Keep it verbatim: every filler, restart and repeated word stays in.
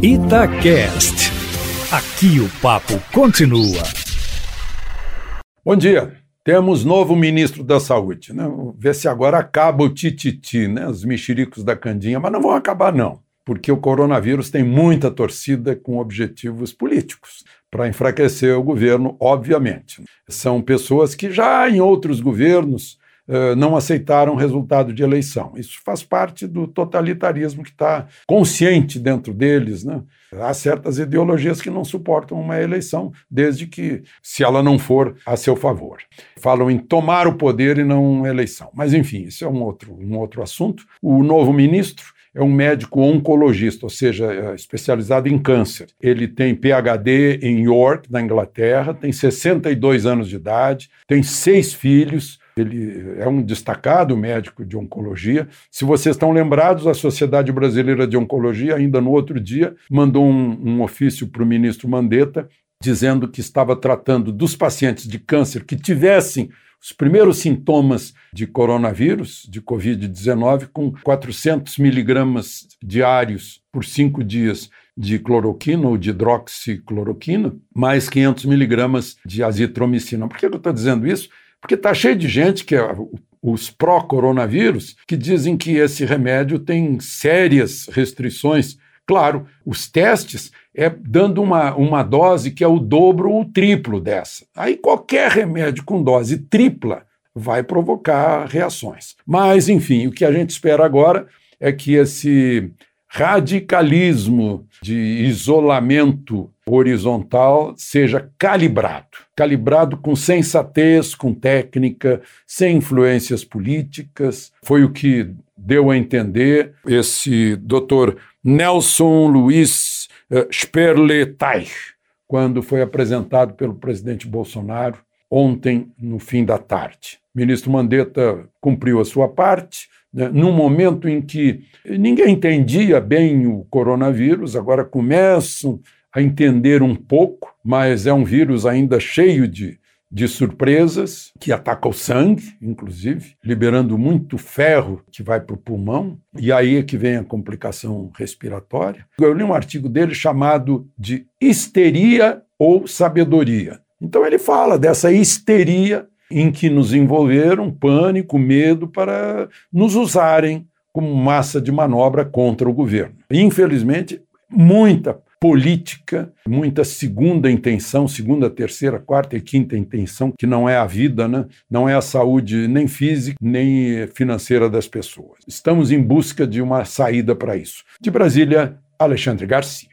Itacast. Aqui o papo continua. Bom dia. Temos novo ministro da Saúde, né? Vê se agora acaba o tititi, né? Os mexericos da Candinha, mas não vão acabar não, porque o coronavírus tem muita torcida com objetivos políticos, para enfraquecer o governo, obviamente. São pessoas que já em outros governos Uh, não aceitaram o resultado de eleição. Isso faz parte do totalitarismo que está consciente dentro deles, né? Há certas ideologias que não suportam uma eleição, desde que, se ela não for a seu favor. Falam em tomar o poder e não uma eleição. Mas, enfim, isso é um outro, um outro assunto. O novo ministro é um médico oncologista, ou seja, especializado em câncer. Ele tem P H D em York, na Inglaterra, tem sessenta e dois anos de idade, tem seis filhos. Ele é um destacado médico de oncologia. Se vocês estão lembrados, a Sociedade Brasileira de Oncologia, ainda no outro dia, mandou um, um ofício para o ministro Mandetta, dizendo que estava tratando dos pacientes de câncer que tivessem os primeiros sintomas de coronavírus, de covid dezenove, com quatrocentos miligramas diários por cinco dias de cloroquina ou de hidroxicloroquina, mais quinhentos miligramas de azitromicina. Por que eu estou dizendo isso? Porque está cheio de gente, que é os pró-coronavírus, que dizem que esse remédio tem sérias restrições. Claro, os testes é dando uma, uma dose que é o dobro ou o triplo dessa. Aí qualquer remédio com dose tripla vai provocar reações. Mas, enfim, o que a gente espera agora é que esse radicalismo de isolamento horizontal seja calibrado. Calibrado com sensatez, com técnica, sem influências políticas. Foi o que deu a entender esse doutor Nelson Luiz uh, Sperleteich, quando foi apresentado pelo presidente Bolsonaro ontem, no fim da tarde. O ministro Mandetta cumpriu a sua parte, né, num momento em que ninguém entendia bem o coronavírus, agora começam a entender um pouco, mas é um vírus ainda cheio de, de surpresas, que ataca o sangue, inclusive, liberando muito ferro que vai para o pulmão, e aí é que vem a complicação respiratória. Eu li um artigo dele chamado de histeria ou sabedoria. Então ele fala dessa histeria em que nos envolveram, pânico, medo, para nos usarem como massa de manobra contra o governo. Infelizmente, muita política, muita segunda intenção, segunda, terceira, quarta e quinta intenção, que não é a vida, né? Não é a saúde nem física, nem financeira das pessoas. Estamos em busca de uma saída para isso. De Brasília, Alexandre Garcia.